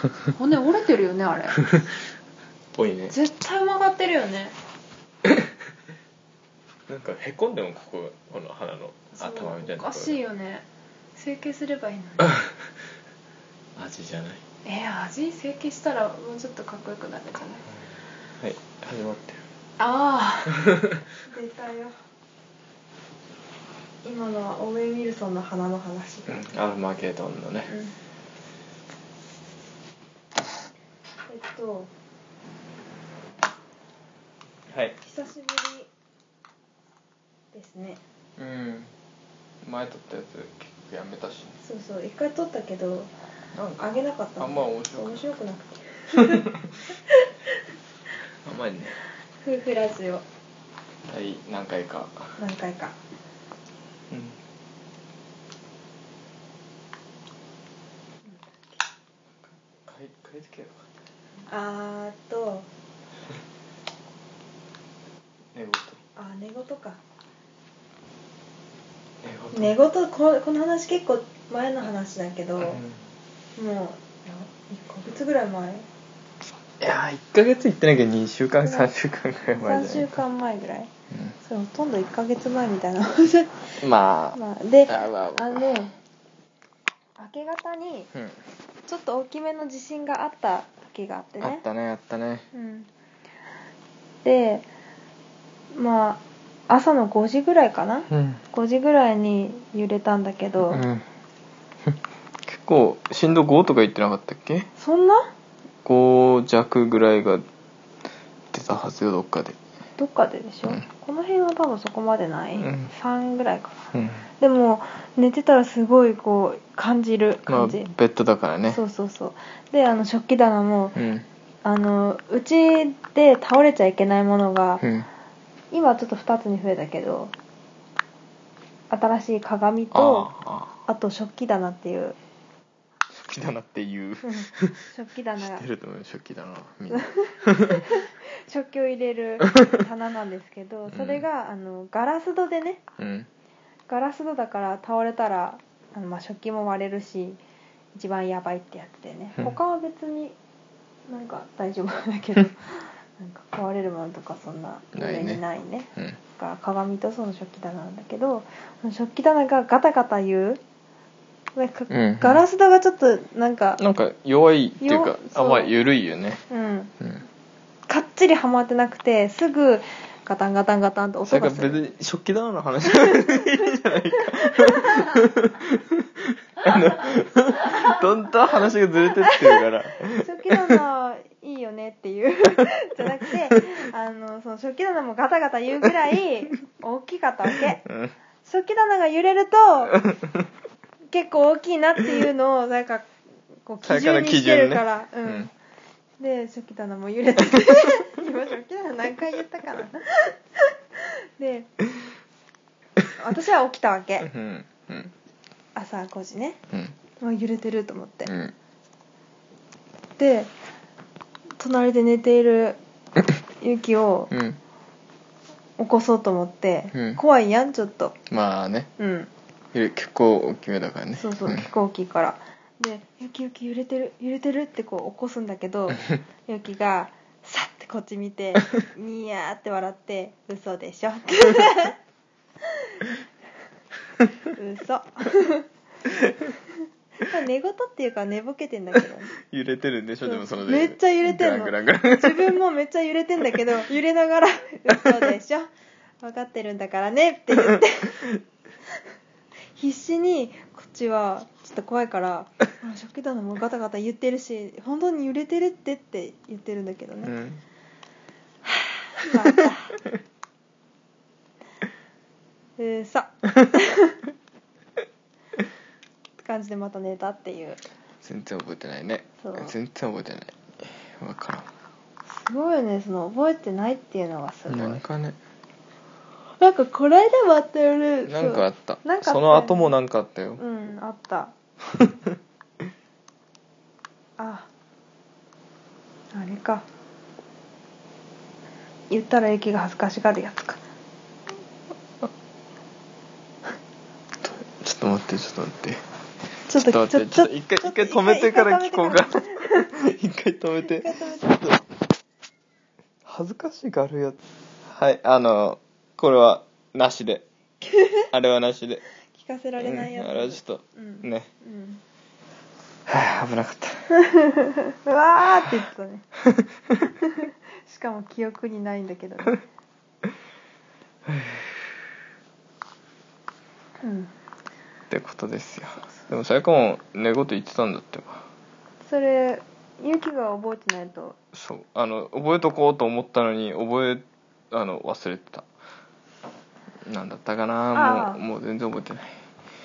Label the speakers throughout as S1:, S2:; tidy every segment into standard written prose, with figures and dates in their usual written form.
S1: 骨折れてるよねあれ
S2: ぽいね。
S1: 絶対曲がってるよね
S2: なんかへこんでもこの鼻の頭みたいなところ
S1: おかしいよね。整形すればいいのに
S2: 味じゃない。
S1: 味整形したらもうちょっとかっこよくなるんじゃない？
S2: はい、始まってる。
S1: ああ出たよ。今のはオーウェン・ウィルソンの鼻の話、
S2: アルマゲドンのね、はい、
S1: 久しぶりですね。
S2: 前撮ったやつ結局やめたし、ね、
S1: そう一回撮ったけどあげなかった。
S2: あんま面白くなくて甘いね。
S1: 夫婦ラジオ
S2: 第何回か書いてけよ。
S1: 寝言か。寝言この話結構前の話だけど、もう1ヶ月ぐらい前。
S2: いや1ヶ月行ってないけど2週間3週間ぐらい前じゃないか。
S1: 3週間前ぐらい、それほとんど1ヶ月前みたいな
S2: まあ
S1: で明け方にちょっと大きめの地震があった時があってね。
S2: あったね、
S1: で朝の5時ぐらいかな、5時ぐらいに揺れたんだけど、
S2: 結構震度5とか言ってなかったっけ？
S1: そんな
S2: 5弱ぐらいが出たはずよ。どっかで
S1: でしょ、この辺は多分そこまでない、3ぐらいかな、でも寝てたらすごいこう感じる感じ、
S2: ベッドだからね。
S1: そうで食器棚も、うちで倒れちゃいけないものが、今ちょっと2つに増えたけど、新しい鏡と あと食器棚っていう
S2: 食器棚知ってると思う。食器棚みんな
S1: 食器を入れる棚なんですけど、それがガラス戸でね、ガラス戸だから倒れたら食器も割れるし一番やばいってやつでね、他は別になんか大丈夫だけどなんか壊れるものとかそんな上にないね、だから鏡とその食器棚なんだけど、食器棚がガタガタ言う、なんかガラス戸がちょっとなんか
S2: 弱いっていうかあんまり緩いよね。
S1: かっちりはまってなくて、すぐガタンガタンガタンと音がする。
S2: それが別に食器棚の話じゃないかどんどん話がずれてってるから
S1: 食器棚いいよねっていうじゃなくてその食器棚もガタガタ言うぐらい大きかったわけ、食器棚が揺れると結構大きいなっていうのをなんかこう基準にしてるから、で食器棚も揺れてて今食器棚何回言ったかなで私は起きたわけ、朝5時ね、もう揺れてると思って、で隣で寝ているゆきを起こそうと思って、怖いやんちょっと。
S2: まあね、結構大きめだからね。
S1: そう結構大きいからでゆき揺れてるってこう起こすんだけどゆきがさってこっち見てニヤーって笑って嘘でしょ嘘寝言っていうか寝ぼけてんだけど、ね、
S2: 揺れてるんでしょ。でもその
S1: めっちゃ揺れてんの。自分もめっちゃ揺れてんだけど揺れながら嘘でしょ分かってるんだからねって言って必死にこっちはちょっと怖いから食器棚もガタガタ言ってるし本当に揺れてるって言ってるんだけどね、また嘘って感じでまた寝たっていう。
S2: 全然覚えてないね。全然覚えてない。分からん。
S1: すごいよね、その覚えてないっていうのがすごい。
S2: なんかね、
S1: なんかこないだもあったよね。
S2: なんかあった。その後もなんかあったよ。
S1: あったあれか、言ったら駅が恥ずかしがるやつか。
S2: ちょっと待って
S1: ちょっと
S2: 待って、ちょっと一回止めてから聞こうか。一回止めて。恥ずかしがるやつ。はい、これはなしで。あれはなしで。
S1: 聞かせられないやつ。
S2: あれはちょっと、ね。危なかった。
S1: うわーって言ってたね。しかも記憶にないんだけどね。
S2: ってことですよ。でもさやかも寝言言ってたんだってば。
S1: それゆきが覚えてないと。
S2: そう、覚えとこうと思ったのに忘れてた。なんだったかな。もう全然覚えてない。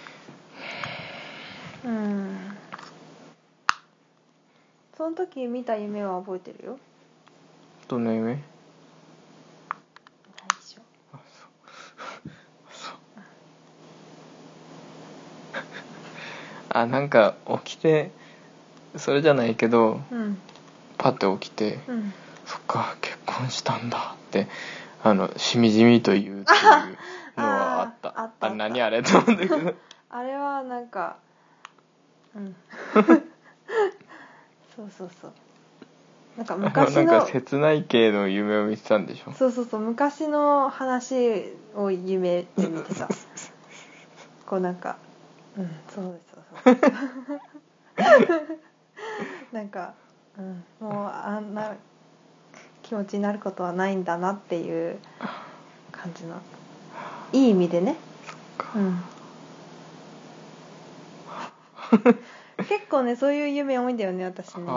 S1: その時見た夢は覚えてるよ。
S2: どんな夢？
S1: ないでしょ。
S2: なんか起きて、それじゃないけど、パッて起きて、そっか結婚したんだってしみじみと言うっていうのはあった。あれ何あれと思うんだけど。
S1: あれはなんかそうなんか昔の
S2: なんか切ない系の夢を見てたんでしょ。
S1: そう昔の話を夢で見てた。こうなんかそうなんかもうあんな気持ちになることはないんだなっていう感じのいい意味でね。結構ねそういう夢多いんだよね私ね。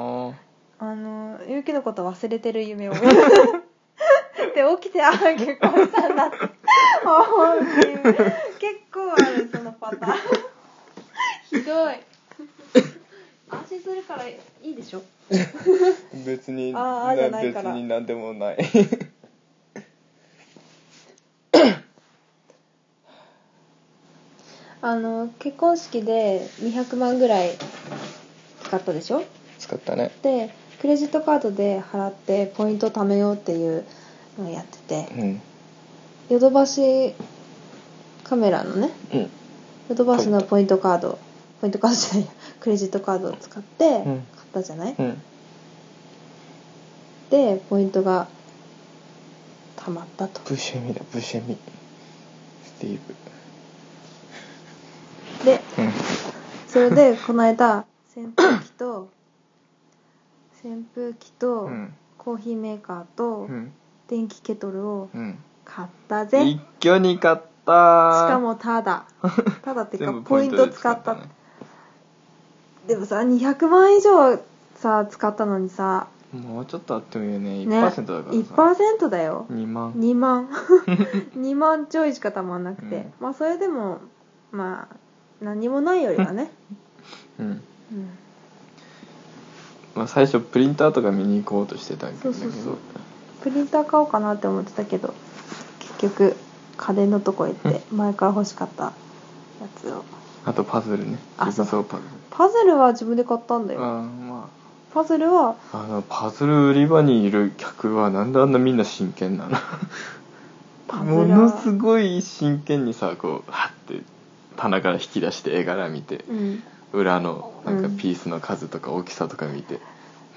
S1: ゆうきのこと忘れてる夢をで起きて結婚したんだって思うっていう結構あるそのパターン。ひどい。安心するからいいでしょ。
S2: 別に
S1: じゃないから
S2: 別に何でもない。
S1: 結婚式で200万ぐらい使ったでしょ。
S2: 使ったね。
S1: でクレジットカードで払ってポイント貯めようっていうのをやってて、ヨドバシカメラのね、ヨドバシのポイントカードじゃないやクレジットカードを使って買ったじゃない、でポイントが貯まったと。
S2: ブシェミスティーブ
S1: で、それでこの間扇風機とコーヒーメーカーと電気ケトルを買ったぜ。
S2: 一挙に買った。し
S1: かもただっていうかポイント使った。でもさ200万以上さ使ったのにさ、
S2: もうちょっとあってもいいよね。 1% だからさ、
S1: 1% だよ。
S2: 2万
S1: 2万ちょいしかたまんなくて、まあそれでもまあ何もないよりはね。
S2: まあ最初プリンターとか見に行こうとしてたんだけど、
S1: プリンター買おうかなって思ってたけど結局家電のとこ行って前から欲しかったやつを。
S2: あとパズルね。
S1: パズルは自分で買ったんだよ。パズルは
S2: パズル売り場にいる客はなんであんなみんな真剣なの。ものすごい真剣にさこうハッて棚から引き出して絵柄見て、裏のなんかピースの数とか大きさとか見て、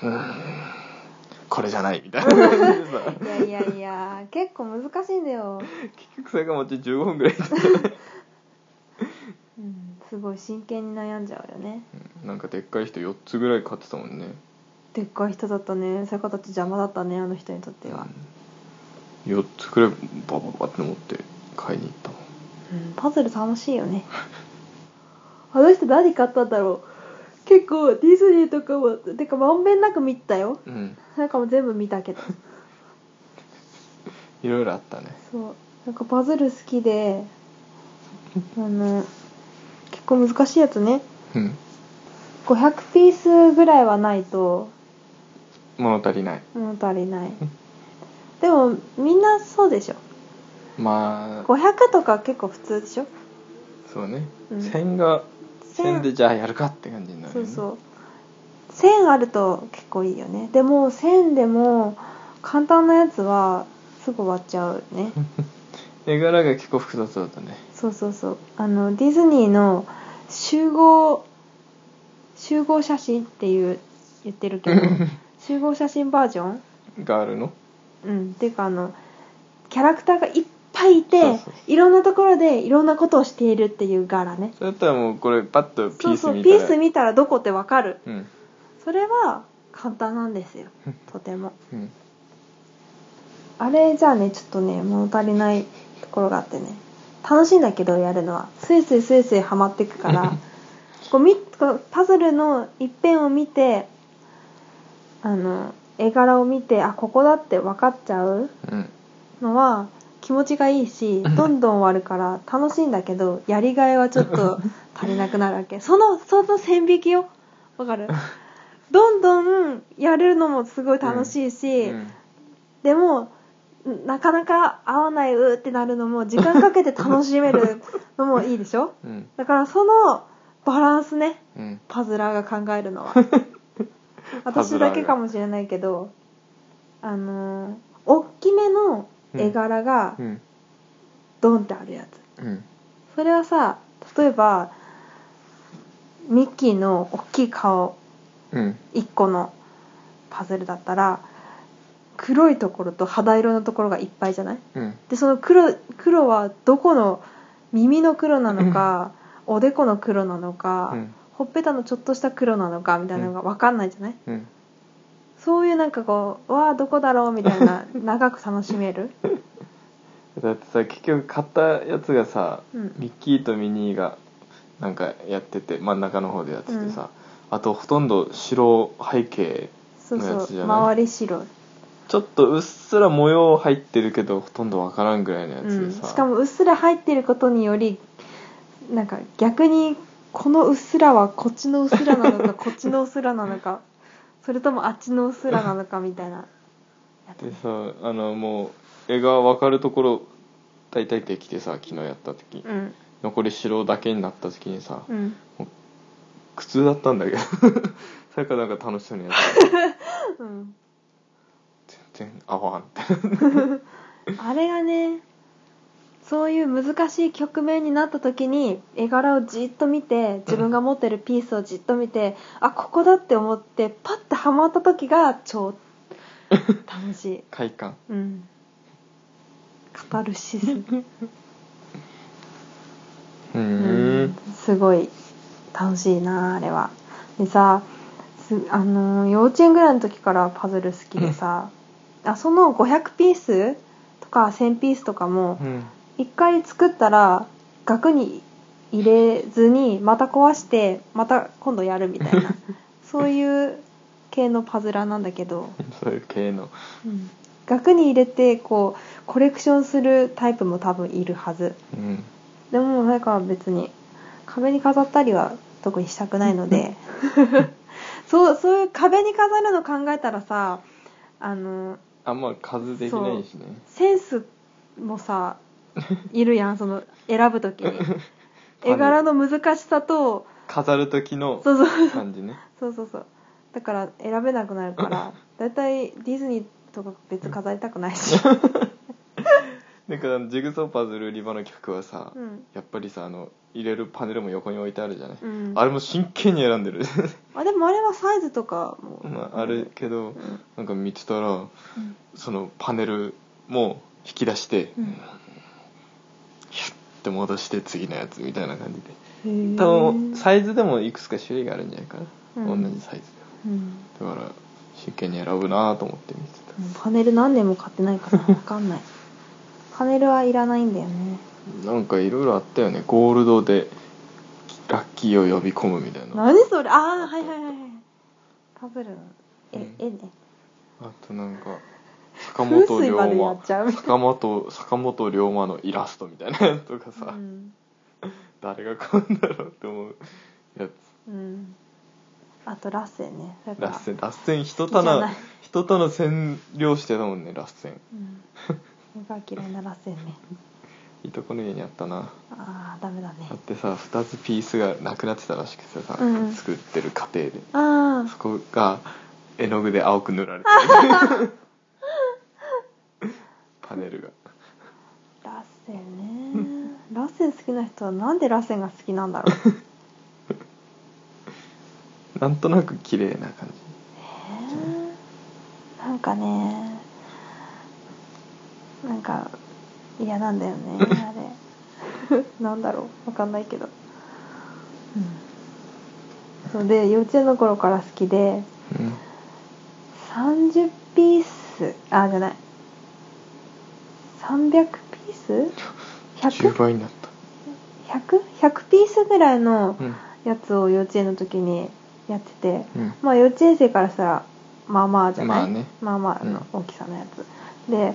S2: これじゃないみたいな感じでさ。
S1: いや結構難しいんだよ。
S2: 結局それがもう15分ぐらい
S1: すごい真剣に悩んじゃうよね。
S2: なんかでっかい人4つぐらい買ってたもんね。
S1: でっかい人だったね。そういう形邪魔だったねあの人にとっては。
S2: 4つくらいバババって持って買いに行ったもん。
S1: パズル楽しいよね。あの人何買ったんだろう。結構ディズニーとかもてかまんべんなく見たよ。なんかも全部見たけど。
S2: いろいろあったね。
S1: そうなんかパズル好きで結構難しいやつね。500ピースぐらいはないと
S2: 物足りない。
S1: でもみんなそうでしょ。
S2: まあ
S1: 500とか結構普通でしょ。
S2: そうね、1000でじゃあやるかって感じになるよね。
S1: そう1000あると結構いいよね。でも1000でも簡単なやつはすぐ終わっちゃうね。
S2: 絵柄が結構複雑だったね。
S1: そうディズニーの集合写真って言ってるけど集合写真バージョン
S2: があるの？
S1: っていうかキャラクターがいっぱいいて、
S2: そうそう
S1: いろんなところでいろんなことをしているっていう柄ね。
S2: それだったらもうこれパッとピース見たら、
S1: そうピース見たらどこってわかる、それは簡単なんですよとても、あれじゃあねちょっとね物足りないところがあってね、楽しいんだけどやるのはスイスイハマっていくからこうパズルの一辺を見て絵柄を見てここだって分かっちゃうのは気持ちがいいし、どんどん終わるから楽しいんだけどやりがいはちょっと足りなくなるわけ。その線引きよ、わかる？どんどんやるのもすごい楽しいし、でもなかなか合わないってなるのも時間かけて楽しめるのもいいでしょ、だからそのバランスね、パズラーが考えるのは私だけかもしれないけど大きめの絵柄がドンってあるやつ、それはさ、例えばミッキーの大きい顔1個のパズルだったら黒いところと肌色のところがいっぱいじゃない、でその黒はどこの耳の黒なのか、おでこの黒なのか、ほっぺたのちょっとした黒なのかみたいなのが分かんないじゃない、そういうなんかこうどこだろうみたいな長く楽しめる
S2: だってさ結局買ったやつがさ、ミッキーとミニーがなんかやってて真ん中の方でやっててさ、あとほとんど白背景のやつじゃない？
S1: 周り白、
S2: ちょっとうっすら模様入ってるけどほとんどわからんぐらいのやつでさ、
S1: しかもうっすら入ってることによりなんか逆にこのうっすらはこっちのうっすらなのかこっちのうっすらなのかそれともあっちのうっすらなのかみたいな
S2: でさもう絵が分かるところ大体できてさ、昨日やった時、残り白だけになった時にさ、もう苦痛だったんだけどそれからなんか楽しそうにやって全然合わんって
S1: あれがね、そういう難しい局面になった時に絵柄をじっと見て、自分が持ってるピースをじっと見てここだって思ってパッてハマった時が超楽しい
S2: 快感、
S1: カタルシスすごい楽しいなあれは。でさ、幼稚園ぐらいの時からパズル好きでさ、その500ピースとか1000ピースとかも、一回作ったら額に入れずにまた壊してまた今度やるみたいなそういう系のパズラなんだけど
S2: そういう系の、
S1: 額に入れてこうコレクションするタイプも多分いるはず、でもなんか別に壁に飾ったりは特にしたくないのでそういう壁に飾るの考えたらさ
S2: あんま数できないしね。
S1: センスもさいるやん、その選ぶときに絵柄の難しさと
S2: 飾る時の感じね
S1: そうだから選べなくなるからだいたいディズニーとか別飾りたくないし
S2: だからジグソーパズル売り場の客はさ、やっぱりさ入れるパネルも横に置いてあるじゃない、あれも真剣に選んでる
S1: でもあれはサイズとかも、
S2: あるけど、なんか見てたら、そのパネルも引き出して、ヒュッて戻して次のやつみたいな感じで、多分サイズでもいくつか種類があるんじゃないかな、同じサイズで、だから真剣に選ぶなと思って見てた。
S1: パネル何年も買ってないから分かんないパネルはいらないんだよね。
S2: なんかいろいろあったよね、ゴールドでラッキーを呼び込むみたいな。
S1: 何それ、はいパズルの絵ね。
S2: あとなんか坂本龍馬のイラストみたいなやつとかさ、誰が買うんだろうって思うやつ、
S1: あとラッセンね。
S2: ラッセン一棚占領してたもんね、ラッセン。
S1: 僕が嫌いなラッセンね。
S2: いとこの家にあったな。
S1: ダメだね。
S2: だってさ、2つピースがなくなってたらしくてさ、作ってる過程で、そこが絵の具で青く塗られてるパネルが。
S1: ラッセンねラッセン好きな人はなんでラッセンが好きなんだろう
S2: なんとなく綺麗な感じ。
S1: なんかね、なんか嫌なんだよねあれなんだろう、わかんないけど、そうで幼稚園の頃から好きで、30ピースじゃない300ピース
S2: 10倍になった。
S1: 100ピースぐらいのやつを幼稚園の時にやってて、まあ幼稚園生からしたらまあまあじゃない、まあまあの大きさのやつ、で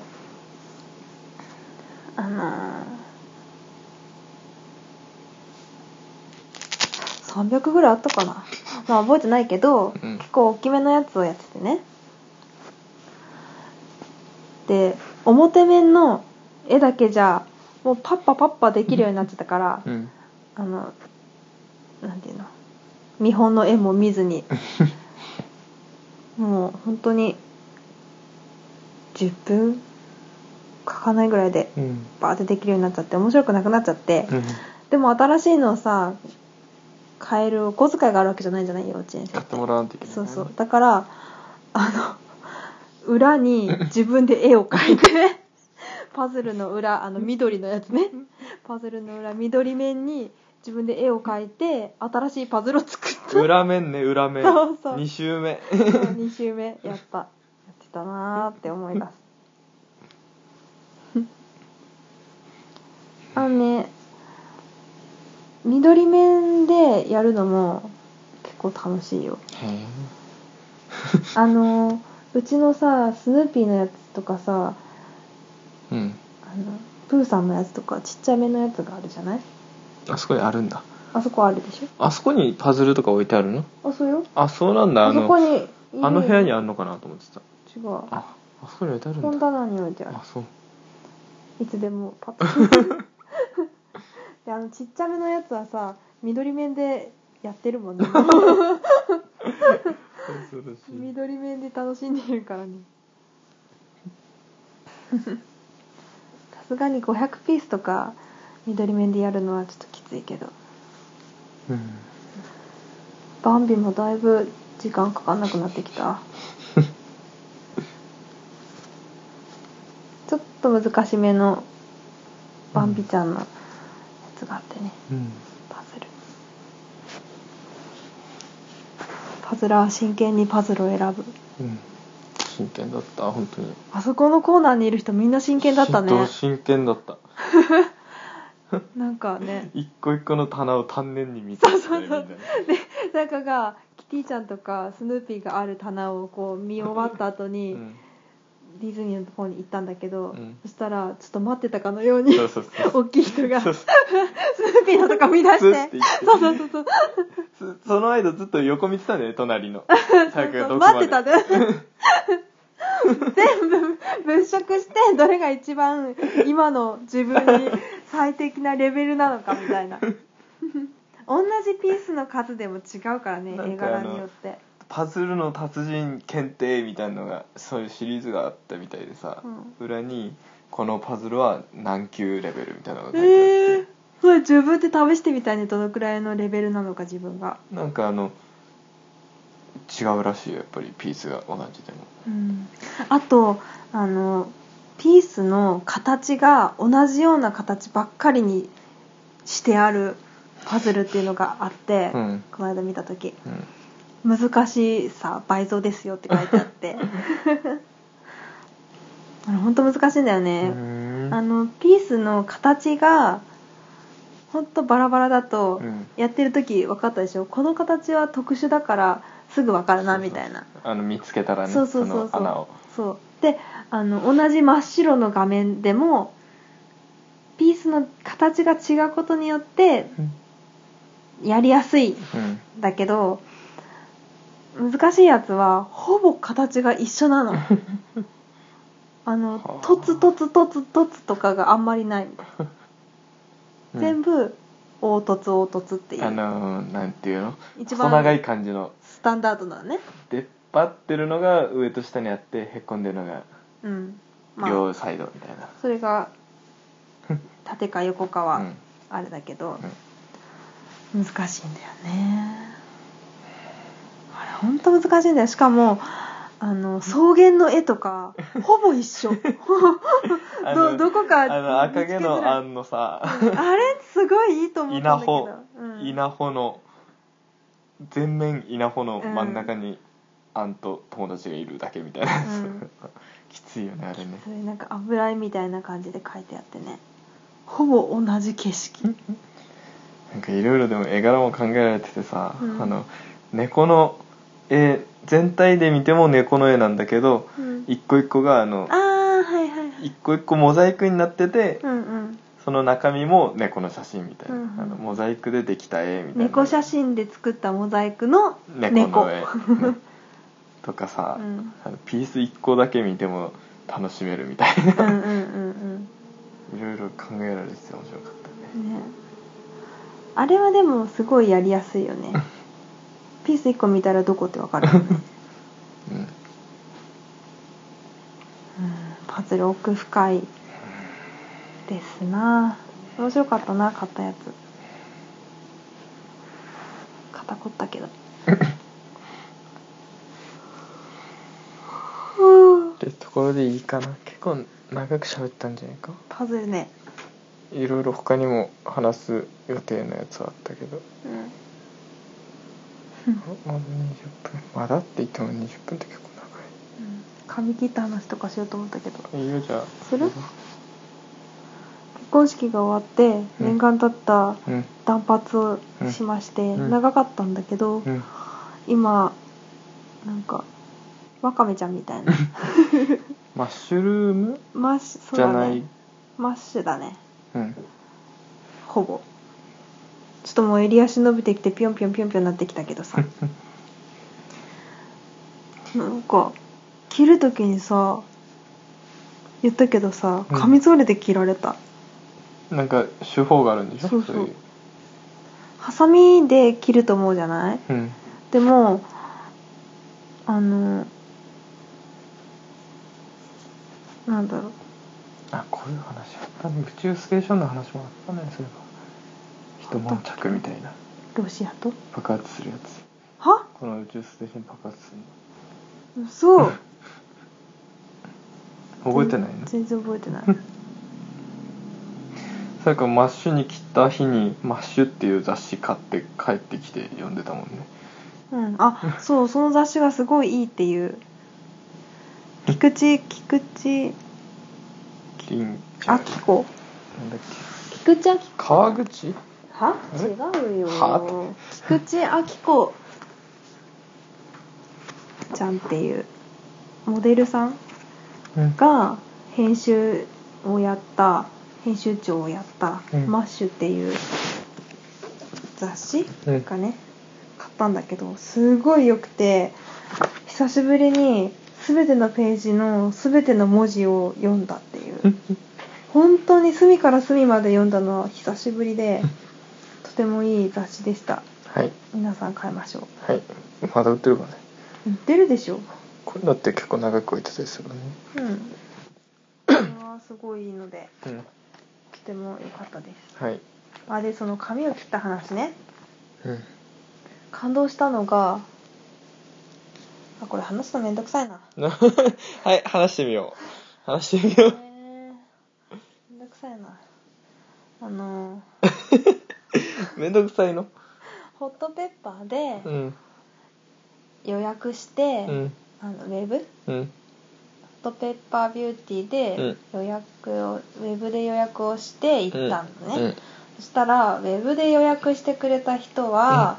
S1: 300ぐらいあったかな、まあ覚えてないけど、結構大きめのやつをやっててね。で表面の絵だけじゃもうパッパできるようになっちゃったから、なんていうの、見本の絵も見ずにもう本当に10分かかないぐらいでバーってできるようになっちゃって面白くなくなっちゃって、でも新しいのをさ買えるお小遣いがあるわけじゃないんじゃない、幼稚園生って
S2: 買ってもらわんといけない、
S1: そうそう、だから裏に自分で絵を描いてパズルの裏緑のやつね、パズルの裏緑面に自分で絵を描いて新しいパズルを作った。
S2: 裏面ね、裏面。
S1: そうそう
S2: 2周目
S1: そう2周目やってたなーって思い出す緑面でやるのも結構楽しいよ。うちのさスヌーピーのやつとかさ、プーさんのやつとかちっちゃめのやつがあるじゃない。
S2: あそこにあるんだ。
S1: あそこあるでしょ。
S2: あそこにパズルとか置いてあるの？
S1: あ、そうよ。
S2: あ、そうなんだ。
S1: あそこに
S2: あの部屋にあるのかなと思ってた。
S1: 違う。
S2: あそこに置いてあるんだ。
S1: 本棚に置いてある。
S2: あ、そう。
S1: いつでもパッとでちっちゃめのやつはさ緑面でやってるもんね緑面で楽しんでるからねさすがに500ピースとか緑面でやるのはちょっときついけど、バンビもだいぶ時間かかんなくなってきたちょっと難しめのバンビちゃんのやつがあってね、パズラー真剣にパズルを選ぶ、
S2: 真剣だった本当に。
S1: あそこのコーナーにいる人みんな真剣だったね。
S2: 真剣だった
S1: なんかね
S2: 一個一個の棚を丹念に見てたよみんな。で
S1: 中がキティちゃんとかスヌーピーがある棚をこう見終わった後に、ディズニーの方に行ったんだけど、そしたらちょっと待ってたかのように大きい人がスヌーピーのとか見出して
S2: その間ずっと横見てたんだよね、隣の
S1: 待ってたで全部物色してどれが一番今の自分に最適なレベルなのかみたいな同じピースの数でも違うからね、絵柄によって。
S2: パズルの達人検定みたいなのがそういうシリーズがあったみたいでさ、裏にこのパズルは何級レベルみたいなのが書いてあって、
S1: それ自分で試してみたいね、どのくらいのレベルなのか自分が。
S2: なんか違うらしいよ、やっぱりピースが同じでも、
S1: あとピースの形が同じような形ばっかりにしてあるパズルっていうのがあって、この間見た時、難しさ倍増ですよって書いてあって本当難しいんだよね。ピースの形が本当バラバラだと、やってる時分かったでしょ、この形は特殊だからすぐ分かるなみたいな。
S2: 見つけたらね、
S1: その穴を。そうで同じ真っ白の画面でもピースの形が違うことによってやりやすい、だけど難しいやつはほぼ形が一緒なのトツとかがあんまりないみたいな、全部凹凸っていう
S2: なんていうの、
S1: 一番
S2: 細長い感じの
S1: スタンダードなのね。
S2: 出っ張ってるのが上と下にあって、へっこんでるのが両サイドみたいな、
S1: それが縦か横かはあれだけど、難しいんだよね。 ほんと難しいんだよ。しかも草原の絵とかほぼ一緒どこか
S2: 赤毛のアンのさ、
S1: あれすごいいいと思ったんだけど、
S2: 稲穂の全面稲穂の真ん中にアンと友達がいるだけみたいなやつ、きついよねあれね。
S1: それなんか油絵みたいな感じで描いてあってね、ほぼ同じ景色
S2: なんかいろいろでも絵柄も考えられててさ、猫の絵全体で見ても猫の絵なんだけど、一個一個が一個一個モザイクになってて、その中身も猫の写真みたいな、モザイクでできた絵みたいな、
S1: 猫写真で作ったモザイクの
S2: 猫の絵、とかさ、ピース一個だけ見ても楽しめるみたいな、いろいろ考えられてて面白かったね。
S1: あれはでもすごいやりやすいよねピース1個見たらどこってわかるよねパズル奥深いですな。面白かったな、買ったやつ。肩凝ったけど
S2: ってところでいいかな。結構長く喋ったんじゃないか。
S1: パズルね、
S2: いろいろ他にも話す予定のやつはあったけど、まだ20分、まだって言っても20分って結構長い。
S1: 髪切った話とかしようと思ったけど、
S2: いいよ、じゃあ
S1: する？結婚式が終わって念願だった断髪をしまして、長かったんだけど、今なんかワカメちゃんみたいな
S2: マッシュルーム
S1: じゃない、マッシュだね、ほぼ。ちょっともう襟足伸びてきてピョンピョンピョンピョンなってきたけどさなんか切る時にさ言ったけどさ、カミソリで切られた、
S2: なんか手法があるんでしょ。
S1: そうハサミで切ると思うじゃない、でもなんだろう、
S2: こういう話あったね。宇宙ステーションの話もあったね。そういえば一悶着みたいな、
S1: ロシアと
S2: 爆発するやつ。
S1: は？
S2: この宇宙ステーション爆発するの。
S1: そう
S2: 覚えてないの？
S1: 全然覚えてない
S2: それからマッシュに切った日にマッシュっていう雑誌買って帰ってきて読んでたもんね。
S1: そう、その雑誌がすごいいいっていう。菊池亜希子、
S2: なんだっけ、
S1: 菊池亜希子、
S2: 川口？
S1: は？違うよ。菊池亜希子ちゃんっていうモデルさんが編集長をやった、マッシュっていう雑誌がね、買ったんだけど、すごい良くて、久しぶりに全てのページの全ての文字を読んだっていう本当に隅から隅まで読んだのは久しぶりで、とてもいい雑誌でした。皆さん買いましょう。
S2: まだ売ってるかね。
S1: 売ってるでしょ。
S2: これだって結構長く置いてたりするね。
S1: これはすごいいいので、とても良かったです。でその髪を切った話ね、感動したのが、これ話すのめんどくさいな
S2: 話してみよう。めん
S1: どくさいな。
S2: めんどくさいの？
S1: ホットペッパーで予約して、ウェブ、ホットペッパービューティーでウェブで予約をして行ったのね、そしたらウェブで予約してくれた人は、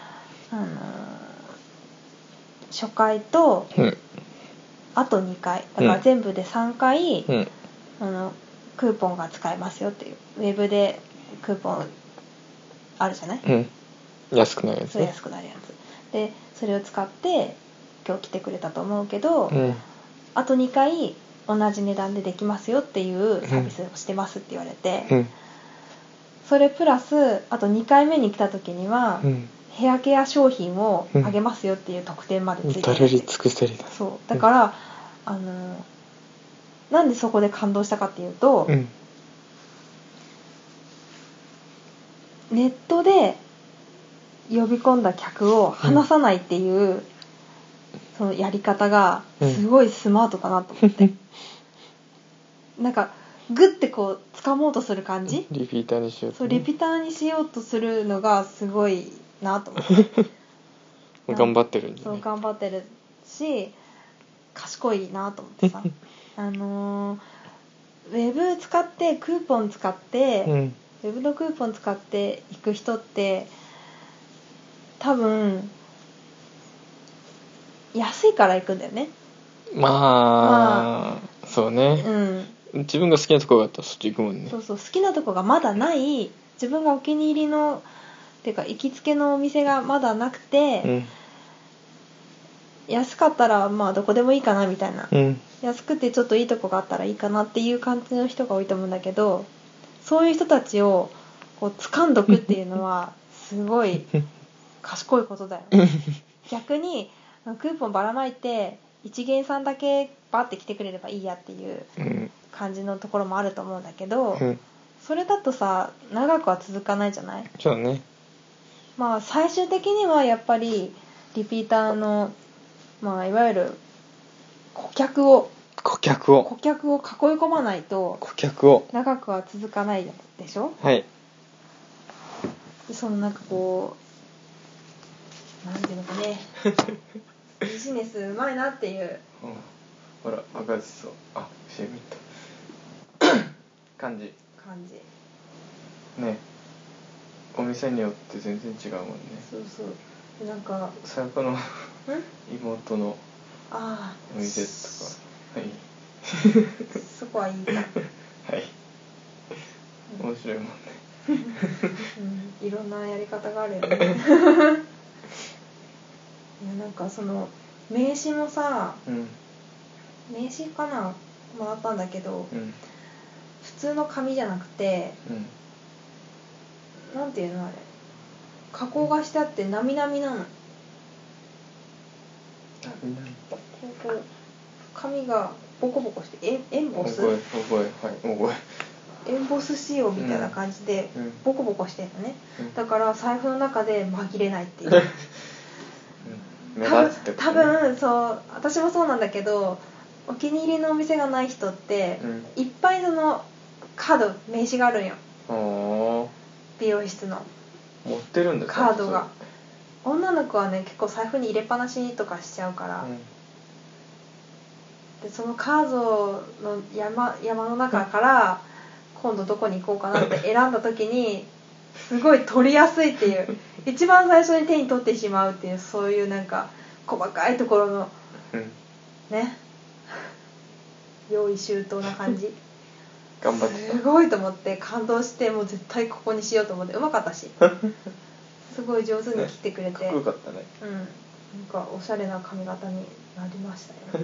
S1: 初回と、あと2回だから全部で3回、クーポンが使えますよっていう、ウェブでクーポンあるじゃない、
S2: 安くなるやつね。
S1: 安くなるやつで、それを使って今日来てくれたと思うけど、あと2回同じ値段でできますよっていうサービスをしてますって言われて、それプラスあと2回目に来た時には、ヘアケア商品をあげますよっていう特典までついてる。
S2: 至れり尽くせりだ。
S1: そうだから、なんでそこで感動したかっていうと、ネットで呼び込んだ客を離さないっていうそのやり方がすごいスマートだなと思って、なんかグッてこう掴もうとする感じ、
S2: リピーターにしようと、
S1: そうリピーターにしようとするのがすごいなと思って
S2: 頑張ってるんじゃ
S1: そう
S2: ない。
S1: 頑張ってるし賢いなと思ってさウェブ使ってクーポン使って、ウェブのクーポン使って行く人って多分安いから行くんだよね。
S2: まあそうね、自分が好きなところがあったらそっち行くもんね。
S1: そうそう、好きなとこがまだない、自分がお気に入りのっていうか行きつけのお店がまだなくて、安かったらまあどこでもいいかなみたいな、安くてちょっといいとこがあったらいいかなっていう感じの人が多いと思うんだけど、そういう人たちをこう掴んどくっていうのはすごい賢いことだよ逆にクーポンばらまいて一元さんだけバッて来てくれればいいやっていう感じのところもあると思うんだけど、それだとさ長くは続かないじゃない。
S2: そうね。
S1: まあ最終的にはやっぱりリピーターのまあいわゆる顧客を囲い込まないと長くは続かないでしょ。
S2: はい。
S1: でそのなんかこうなんていうのかねビジネスうまいなっていう、
S2: ほら赤字そうCM見た感じね。お店によって全然違うもんね。
S1: そうそう。でなんか
S2: 最高の妹のお店とか
S1: そこはいいか
S2: はい面白いもんね
S1: いろんなやり方があるよねいやなんかその名刺もさ、名刺かなもらったんだけど、普通の紙じゃなくて、なんていうのあれ加工がしてあってなみなみなの。こう紙がボコボコしてエンボスエンボス仕様みたいな感じでボコボコしてるのね、だから財布の中で紛れないっていう多分そう私もそうなんだけど、お気に入りのお店がない人って、いっぱいそのカード名刺があるんよ。美容室の
S2: 持ってるんだ
S1: カードが。女の子はね結構財布に入れっぱなしとかしちゃうから、でそのカードの山の中から今度どこに行こうかなって選んだ時にすごい取りやすいっていう一番最初に手に取ってしまうっていう、そういうなんか細かいところのね用意周到な感じ
S2: 頑張ってた。
S1: すごいと思って感動して、もう絶対ここにしようと思って、うまかったしすごい上手に切ってくれて、
S2: かっこよかったね。
S1: なんかおしゃれな髪型になりましたよ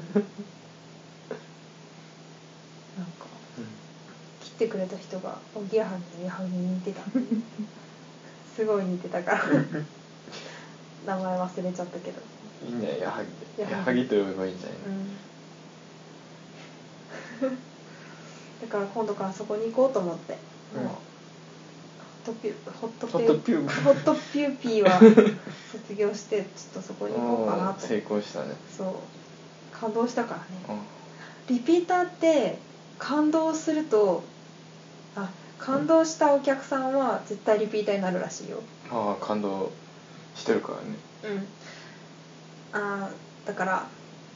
S1: なんか、切ってくれた人がおぎやはぎの矢作に似てたすごい似てたから名前忘れちゃったけど
S2: いいね、矢作と呼べばいいんじゃないの、
S1: だから今度からそこに行こうと思って、もうホットピューピーは卒業してちょっとそこに行こうかなと。
S2: 成功したね。
S1: そう感動したからね、リピーターって感動すると感動したお客さんは絶対リピーターになるらしいよ。
S2: 感動してるからね。
S1: だから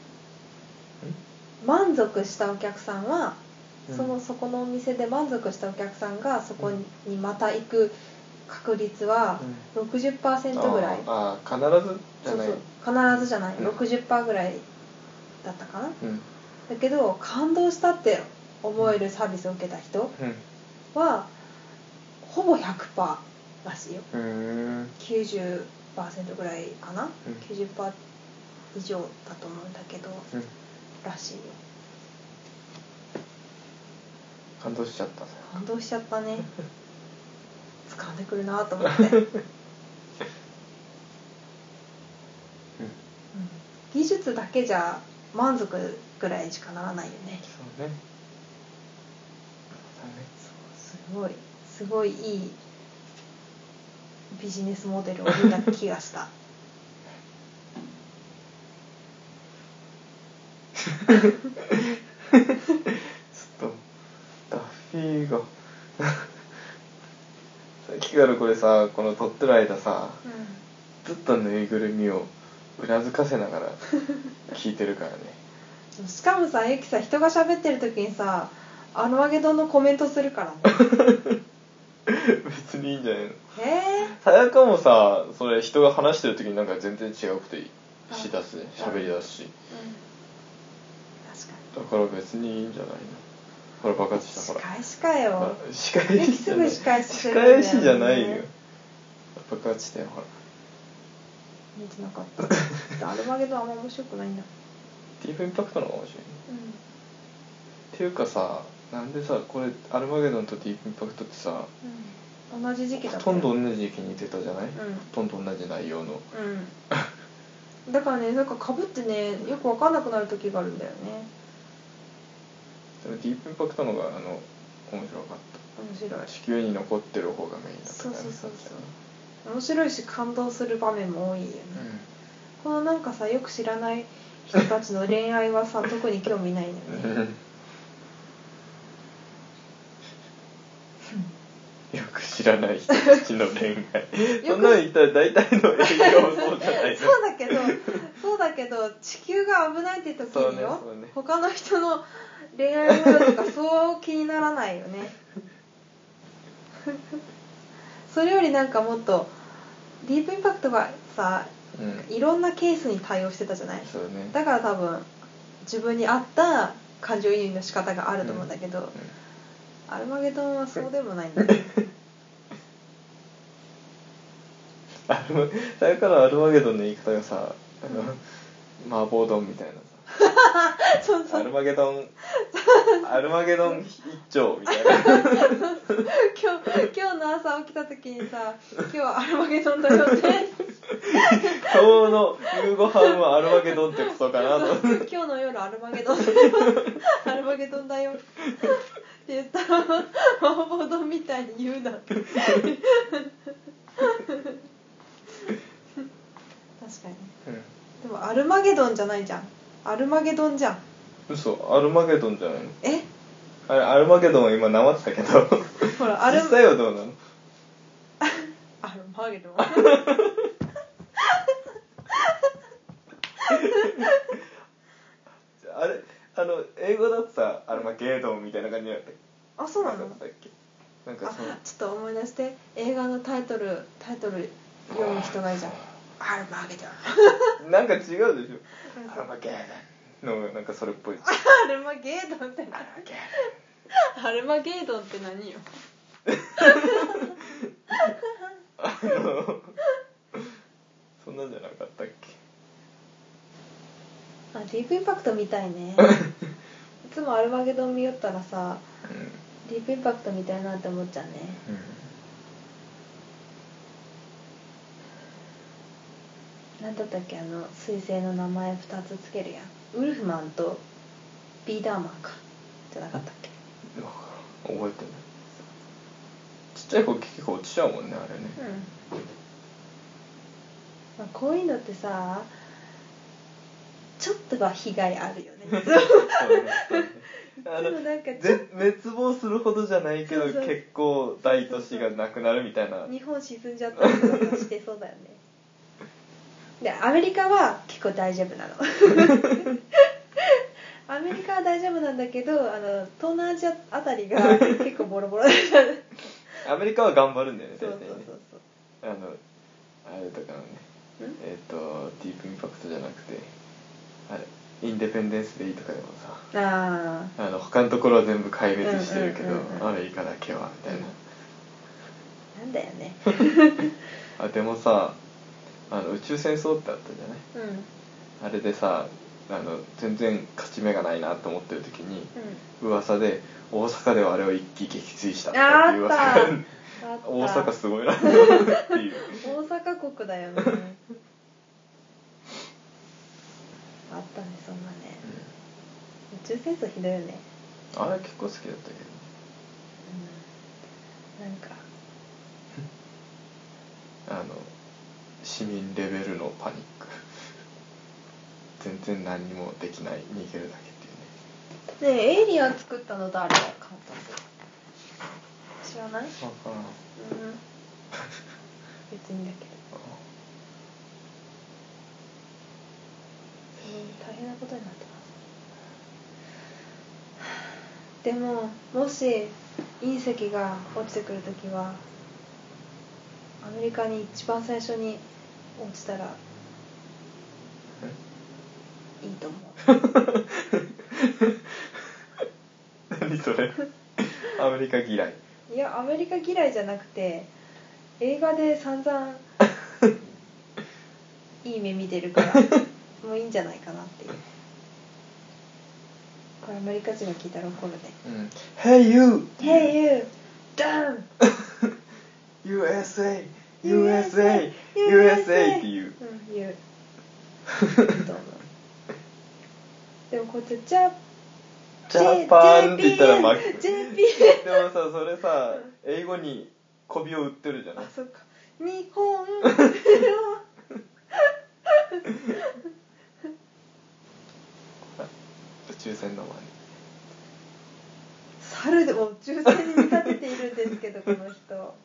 S1: 満足したお客さんはそこのお店で満足したお客さんがそこにまた行く確率は 60% ぐらい、
S2: 必ずじゃない、
S1: 必ずじゃない、60% ぐらいだったかな、だけど感動したって思えるサービスを受けた人はほぼ 100% らしいよ。90% ぐらいかな、90% 以上だと思うんだけど、らしいよ。
S2: 感動しちゃった
S1: ね掴んでくるなと思って技術だけじゃ満足ぐらいしかならないよね。
S2: そうね。
S1: すごいいいビジネスモデルを見た気がした
S2: とダッフィーがさっきからこれさ、この撮ってる間さ、ずっとぬいぐるみをうなずかせながら聞いてるからね。
S1: しかもさ、ゆきさ、人が喋ってる時にさ、アルマゲドンのコメントするからね。
S2: 別にいいんじゃないの。
S1: へー。
S2: さやかもさ、それ人が話してる時になんか全然違うことしだすね、喋りだすし、
S1: 確か
S2: だから別にいいんじゃないの。ほら爆発したほら。
S1: 仕返しかよ。
S2: 仕返しじゃない。
S1: すぐ仕返しするんだ
S2: 仕
S1: よね。
S2: 返しじゃないよ。爆発したよほら。
S1: 見てなかった。アルマゲドンあんま面白くないんだ。
S2: ディープインパクトの方が面白いね。っていうかさ、なんでさ、これアルマゲドンとディープインパクトってさ、
S1: 同じ時期だった
S2: ほとんど同じ時期に出たじゃない、
S1: うん、
S2: ほとんど同じ内容の、
S1: うん、だからね、なんか被ってね、よく分かんなくなる時があるんだよね。
S2: でもディープインパクトのが面白かった。
S1: 面白い。
S2: 地球に残ってる方がメインだったから、ね、
S1: そう面白いし感動する場面も多いよね、このなんかさ、よく知らない人たちの恋愛はさ特に興味ないのよね
S2: よく知らない人たちの恋愛そんなの言ったら大体の映画もそうじゃないの
S1: そうだけど地球が危ないって時によ、
S2: そうね、
S1: 他の人の恋愛模様とかそう気にならないよねそれよりなんかもっとディープインパクトがさ、いろんなケースに対応してたじゃない。
S2: そうね、
S1: だから多分自分に合った感情移入の仕方があると思うんだけど、アルマゲドンはそうでもないんだよね
S2: だからアルマゲドンの言い方がさ、麻婆丼みたいなさ
S1: そう
S2: アルマゲドン一丁みたいな
S1: 今日の朝起きた時にさ、今日はアルマゲドンだよって
S2: 今日の夕ご飯はアルマゲドンってことかなと
S1: 今日の夜アルマゲドンだよアルマゲドンだよって言ったら麻婆丼みたいに言うなって確かに、でもアルマゲドンじゃないじゃん。アルマゲドンじゃん。
S2: 嘘、アルマゲドンじゃないの。
S1: え、
S2: あれアルマゲドンは今なまってたけど
S1: ほら
S2: 実際はどうなの
S1: アルマゲドン
S2: あれ英語だとさアルマゲドンみたいな感じだったっけ。
S1: あ、そうなの。
S2: なんかその
S1: ちょっと思い出して、映画のタイトル読む人がいいじゃん。アルマゲド
S2: ンなんか違うでしょアルマゲドンのなんかそれっぽい
S1: アルマゲドンって何。アルマゲドンって何よ
S2: そんなんじゃなかったっけ。
S1: ディープインパクトみたいねいつもアルマゲドン見よったらさ、ディープインパクトみたいなって思っちゃうね、なんだったっけ、彗星の名前2つつけるやん。ウルフマンとビーダーマンかじゃなかったっけ。
S2: 覚えてない。ちっちゃい子結構落ちちゃうもんね、あれね。
S1: まあ、こういうのってさ、ちょっとは被害あるよねなんか
S2: 滅亡するほどじゃないけど結構大都市がなくなるみたいな。
S1: 日本沈んじゃったりとかしてそうだよねで、アメリカは結構大丈夫なのアメリカは大丈夫なんだけど、東南アジアあたりが結構ボロボロだ
S2: アメリカは頑張るんだよね。
S1: そう
S2: あれだからね、ディープインパクトじゃなくて、あれインデペンデンスデイとかでもさ、他のところは全部壊滅してるけど、アメリカだけはみたいな、
S1: なんだよね
S2: でもさ、宇宙戦争ってあったじゃない、あれでさ、全然勝ち目がないなと思ってる時に、噂で大阪ではあれを一気撃墜したっていう噂が大阪すごいなっていう
S1: 大阪国だよねあったね、そんなね、宇宙戦争ひどいよね。
S2: あれ結構好きだったけどね、
S1: なんか
S2: 市民レベルのパニック全然何にもできない、逃げるだけっていう
S1: ねえエイリアン作ったの誰？監督知らない？
S2: 分からん。
S1: 別にだけど大変なことになってます。でももし隕石が落ちてくるときはアメリカに一番最初に落ちたらいいと思う。
S2: 何それアメリカ嫌い？
S1: いやアメリカ嫌いじゃなくて映画で散々いい目見てるからもういいんじゃないかなっていう。これアメリカ人が聞いたら怒るね。
S2: Hey you!
S1: Hey you! Damn!
S2: USA! USA! USA! って言う。
S1: 言う。でもこっちジャ
S2: パンって言ったら負け。
S1: JP
S2: でもさそれさ英語に媚びを売ってるじゃない。
S1: あそっか日本
S2: 宇宙船の前に
S1: 猿でも宇宙船に見立てているんですけどこの人。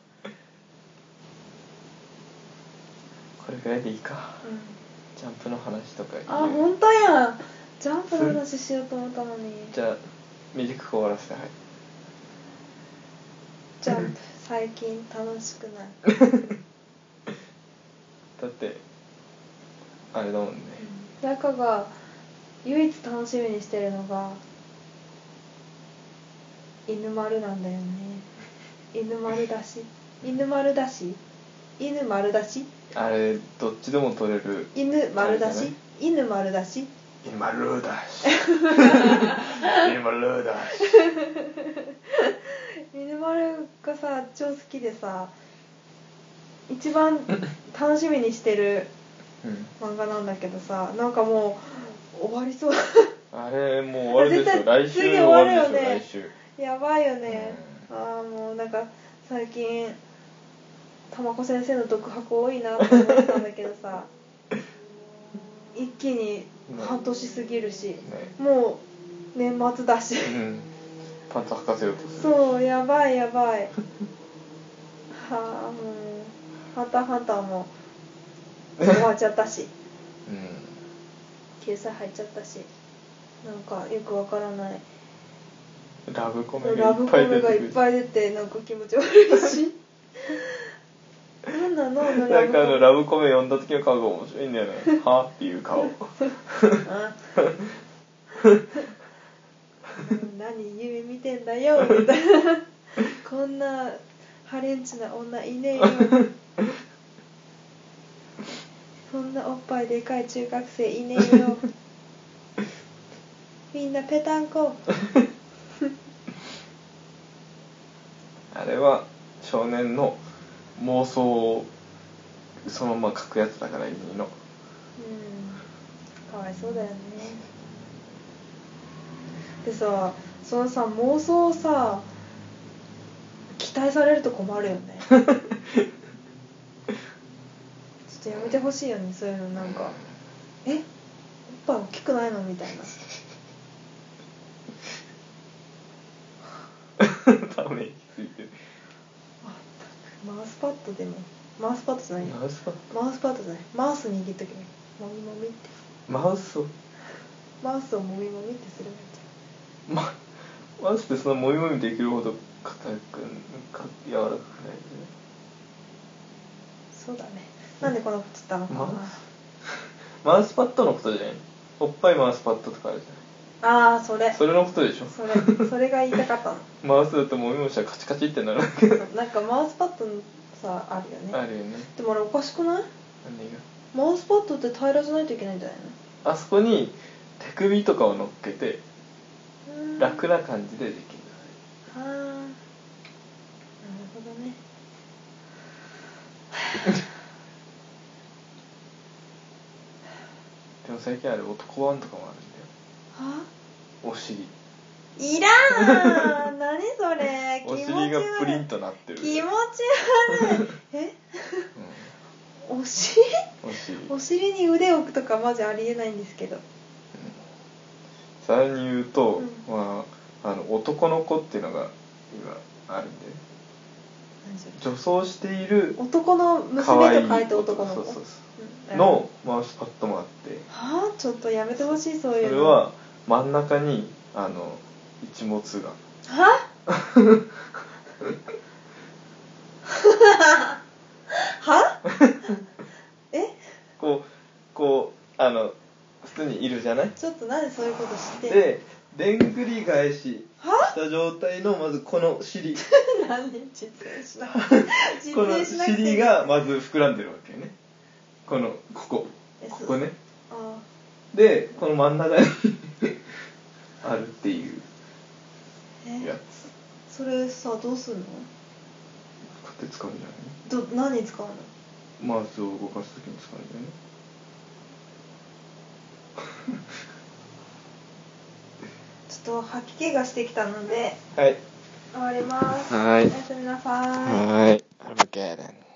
S2: これくらいでいいか、ジャンプの話とか。
S1: あ本当やん。ジャンプの話しようと思ったのに。
S2: じゃあ短く終わらせて。はい。
S1: ジャンプ最近楽しくない
S2: だってあれだもんね、
S1: 中が唯一楽しみにしてるのが犬丸なんだよね。犬丸だし犬丸だし犬丸だし
S2: あれどっちでも取れる。
S1: 犬丸だし犬丸だし
S2: 犬丸だし犬丸だし
S1: 犬丸がさ超好きでさ一番楽しみにしてる漫画なんだけどさ、なんかもう終わりそう
S2: あれもう終わるでしょ。来週
S1: 終
S2: 終わるでしょ。
S1: わるよね。
S2: 来週
S1: やばいよね、ああもうなんか最近玉子先生の独白多いなって思ってたんだけどさ一気に半年過ぎるし、もう年末だし、
S2: パンツ履かせようとする。
S1: そうやばいやばいはあもうハンターハンターも終わっちゃったし救済入っちゃったし、なんかよくわからない
S2: ラブコメ
S1: がいっぱい出てなんか気持ち悪いしなんなの
S2: なんかラブコメ読んだ時の顔が面白いんだよねはっていう顔
S1: 何夢見てんだよみたいなこんなハレンチな女いねえよそんなおっぱいでかい中学生いねえよみんなペタンコ
S2: あれは少年の妄想をそのまま書くやつだからいいの。
S1: かわいそうだよね。でさ、そのさ妄想をさ期待されると困るよねちょっとやめてほしいよね、そういうの。なんかおっぱい大きくないのみたいな
S2: ため息ついてる。
S1: マウスパッドでもマウスパッドじゃないマウスパッドじゃないマウス握っとけばもみもみってマウスをもみもみってするんじゃん。
S2: マウスってそんなもみもみできるほど硬く柔らかくないですね。
S1: そうだね。なんでこのこと言ったのかな。
S2: マウスパッドのことじゃない。おっぱいマウスパッドとかあるじゃない。
S1: ああそれ
S2: のことでしょ。
S1: それが言いたかったの
S2: マウスだともみもみしたらカチカチってなるわけ
S1: なんかマウスパッドさあるよね。
S2: あるよね。
S1: でもあれおかしくない？
S2: 何が？
S1: マウスパッドって平らじゃないといけないんじゃないの？
S2: あそこに手首とかを乗っけて楽な感じでできる。
S1: はあ、なるほどね
S2: でも最近あれ男版とかもあるんだよ。
S1: はあ？
S2: お尻
S1: いらん何それ
S2: お尻がプリンとなってる。
S1: 気持ち悪いお尻に腕を置くとかマジありえないんですけど、
S2: さらに言うと、
S1: うん
S2: まあ、男の子っていうのが今あるんで、
S1: 何それ
S2: 女装している
S1: 男の娘と書いて男の子
S2: そうそうそう
S1: うん
S2: のマウスパッドもあって、
S1: はあちょっとやめてほしいそういうの
S2: それは真ん中に一物が
S1: ははえ
S2: こう普通にいるじゃない。
S1: ちょっとなんでそういうこと知ってんの
S2: ででんぐり返し
S1: は
S2: した状態のまずこの尻
S1: なんで実演しな
S2: この
S1: 実演しなくていい
S2: 尻がまず膨らんでるわけよね。ここね。
S1: あ
S2: でこの真ん中にあるっていうやつ。
S1: それさどうすんの
S2: こうやって使うんじゃない
S1: 何に使うの
S2: マウスを動かすときに使うんだよね。
S1: ちょっと吐き気がしてきたので
S2: はい
S1: 終わります。
S2: はい
S1: おやすみなさい。
S2: はい。アルマゲドン。